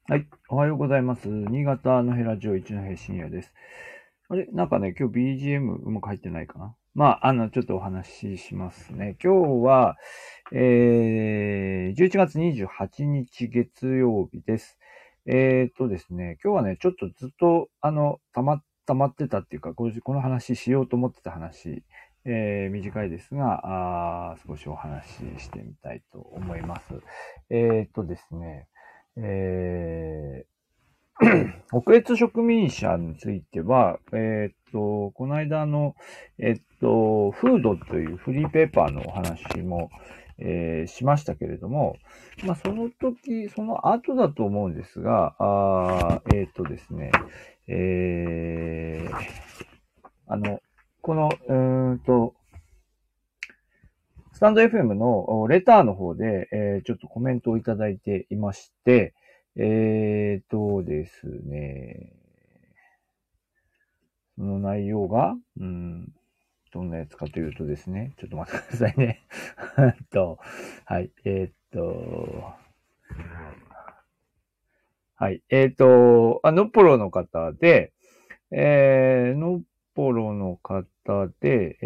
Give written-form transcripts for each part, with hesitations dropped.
はい。おはようございます。新潟のヘラジオ一の平深夜です。あれなんかね、今日 BGM うまく入ってないかな。ちょっとお話ししますね。今日は、11月28日月曜日です。ですね、今日はね、ちょっとずっと、溜まってたっていうか、この話しようと思ってた話、短いですが、少しお話ししてみたいと思います。ですね、え北越植民者については、この間フードというフリーペーパーのお話も、しましたけれども、その時、その後だと思うんですが、ですね、えー、あの、この、スタンド FM のレターの方で、ちょっとコメントをいただいていまして、ですね、その内容が、どんなやつかというとですね、ちょっと待ってくださいね。はい、はい、ノッポロの方で、ノッポロの方で、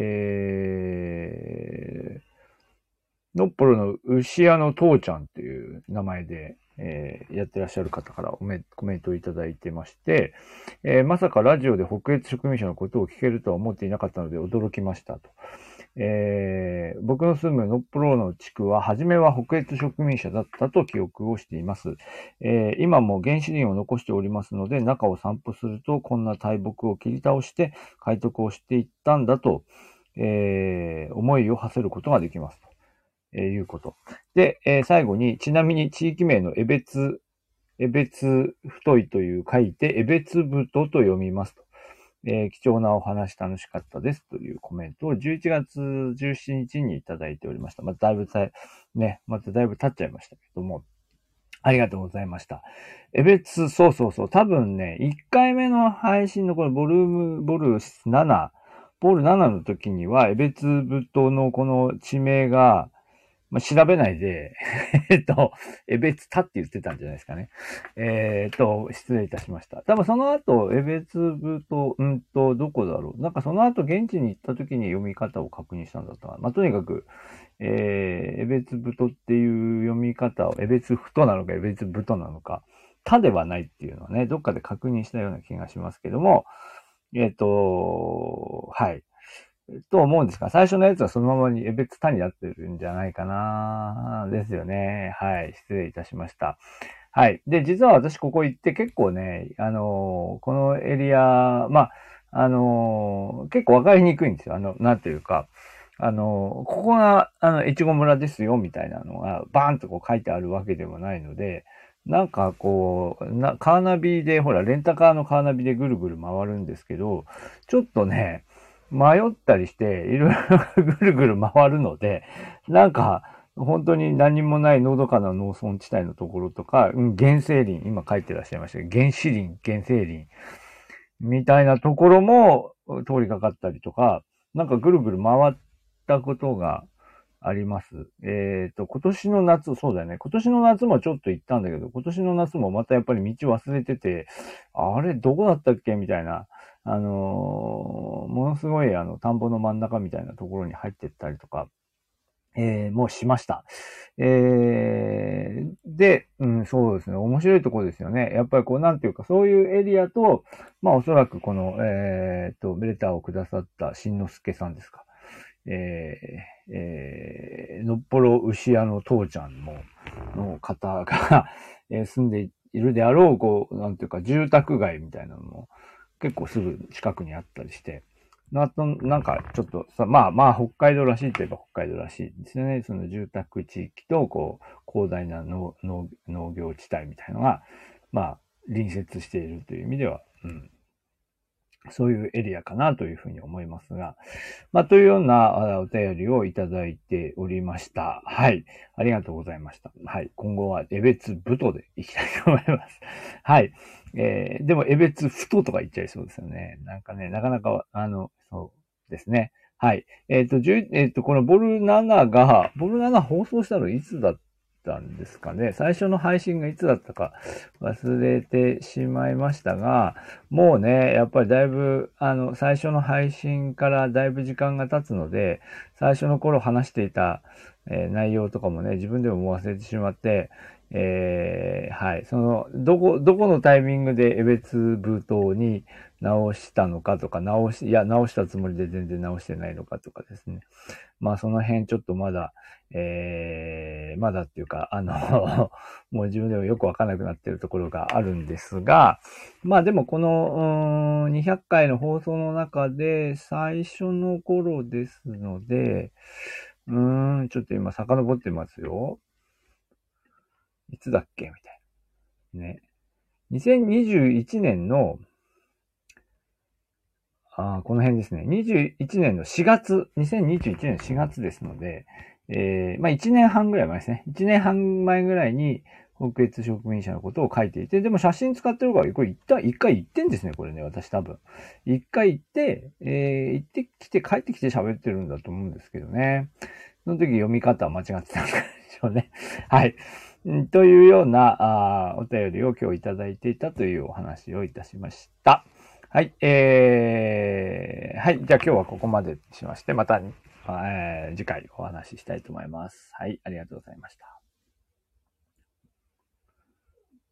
ノッポロの牛屋の父ちゃんっていう名前で、やってらっしゃる方からコメントをいただいてまして、まさかラジオで北越植民者のことを聞けるとは思っていなかったので驚きましたと。僕の住むノッポロの地区は、初めは北越植民者だったと記憶をしています。今も原始林を残しておりますので、中を散歩すると、こんな大木を切り倒して開拓をしていったんだと、思いを馳せることができます。いうこと。で、最後に、ちなみに地域名の江別太いという書いて、江別太と読みますと。貴重なお話楽しかったですというコメントを11月17日にいただいておりました。まただいぶ経っちゃいましたけども、ありがとうございました。そうそうそう、多分ね、1回目の配信のこれボル7、ボル7の時には、江別太のこの地名が、調べないで、江別田って言ってたんじゃないですかね。失礼いたしました。多分その後、江別部と、どこだろう。なんかその後現地に行った時に読み方を確認したんだったかな。とにかく、江別太っていう読み方を、江別太なのか江別太なのか、他ではないっていうのはね、どっかで確認したような気がしますけども、はい。と思うんですが、最初のやつはそのままに江別田になってるんじゃないかな。ですよね。はい。失礼いたしました。はい。で、実は私ここ行って結構ね、このエリア、結構わかりにくいんですよ。なんていうか、ここが、越後村ですよ、みたいなのが、バーンとこう書いてあるわけでもないので、なんかこう、カーナビで、ほら、レンタカーのカーナビでぐるぐる回るんですけど、ちょっとね、迷ったりして、いろいろぐるぐる回るので、なんか、本当に何もないのどかな農村地帯のところとか、原生林、今書いてらっしゃいましたけど、原始林、原生林、みたいなところも通りかかったりとか、なんかぐるぐる回ったことがあります。今年の夏、そうだよね。今年の夏もちょっと行ったんだけど、今年の夏もまたやっぱり道忘れてて、あれ、どこだったっけみたいな、ものすごい田んぼの真ん中みたいなところに入ってったりとか、もうしました。で、そうですね。面白いところですよね。やっぱりこう、なんていうか、そういうエリアと、おそらくこの、レターをくださったしんのすけさんですか。のっぽろ牛屋の父ちゃんの方が住んでいるであろう、こう、なんていうか、住宅街みたいなのも結構すぐ近くにあったりして、なんかちょっとさ、北海道らしいといえば北海道らしいですよね。その住宅地域と、こう、広大な農業地帯みたいのが、隣接しているという意味では、そういうエリアかなというふうに思いますが、というようなお便りをいただいておりました。はい。ありがとうございました。はい。今後は江別太でいきたいと思います。はい。でも江別太とか言っちゃいそうですよね。なんかね、なかなか、そうですね。はい。このボル7放送したのいつだっったんですかね。最初の配信がいつだったか忘れてしまいましたが、もうね、やっぱりだいぶ、最初の配信からだいぶ時間が経つので、最初の頃話していた、内容とかもね、自分でももう忘れてしまって、はい。どこのタイミングで江別部島に直したのかとか、直したつもりで全然直してないのかとかですね。まあその辺ちょっとまだ、まだっていうか、もう自分でもよくわからなくなってるところがあるんですが、まあでもこの、200回の放送の中で最初の頃ですので、ちょっと今遡ってますよ。いつだっけみたいな。ね。2021年の、この辺ですね。21年の4月、2021年4月ですので、まあ1年半ぐらい前ですね。1年半前ぐらいに、北越植民者のことを書いていて、でも写真使ってるから、これ一回行ってんですね、これね、私多分。一回行って、行ってきて帰ってきて喋ってるんだと思うんですけどね。その時読み方は間違ってたんでしょうね。はい。というようなお便りを今日いただいていたというお話をいたしました。はい。はい。じゃあ今日はここまでしまして、また、次回お話ししたいと思います。はい。ありがとうございました。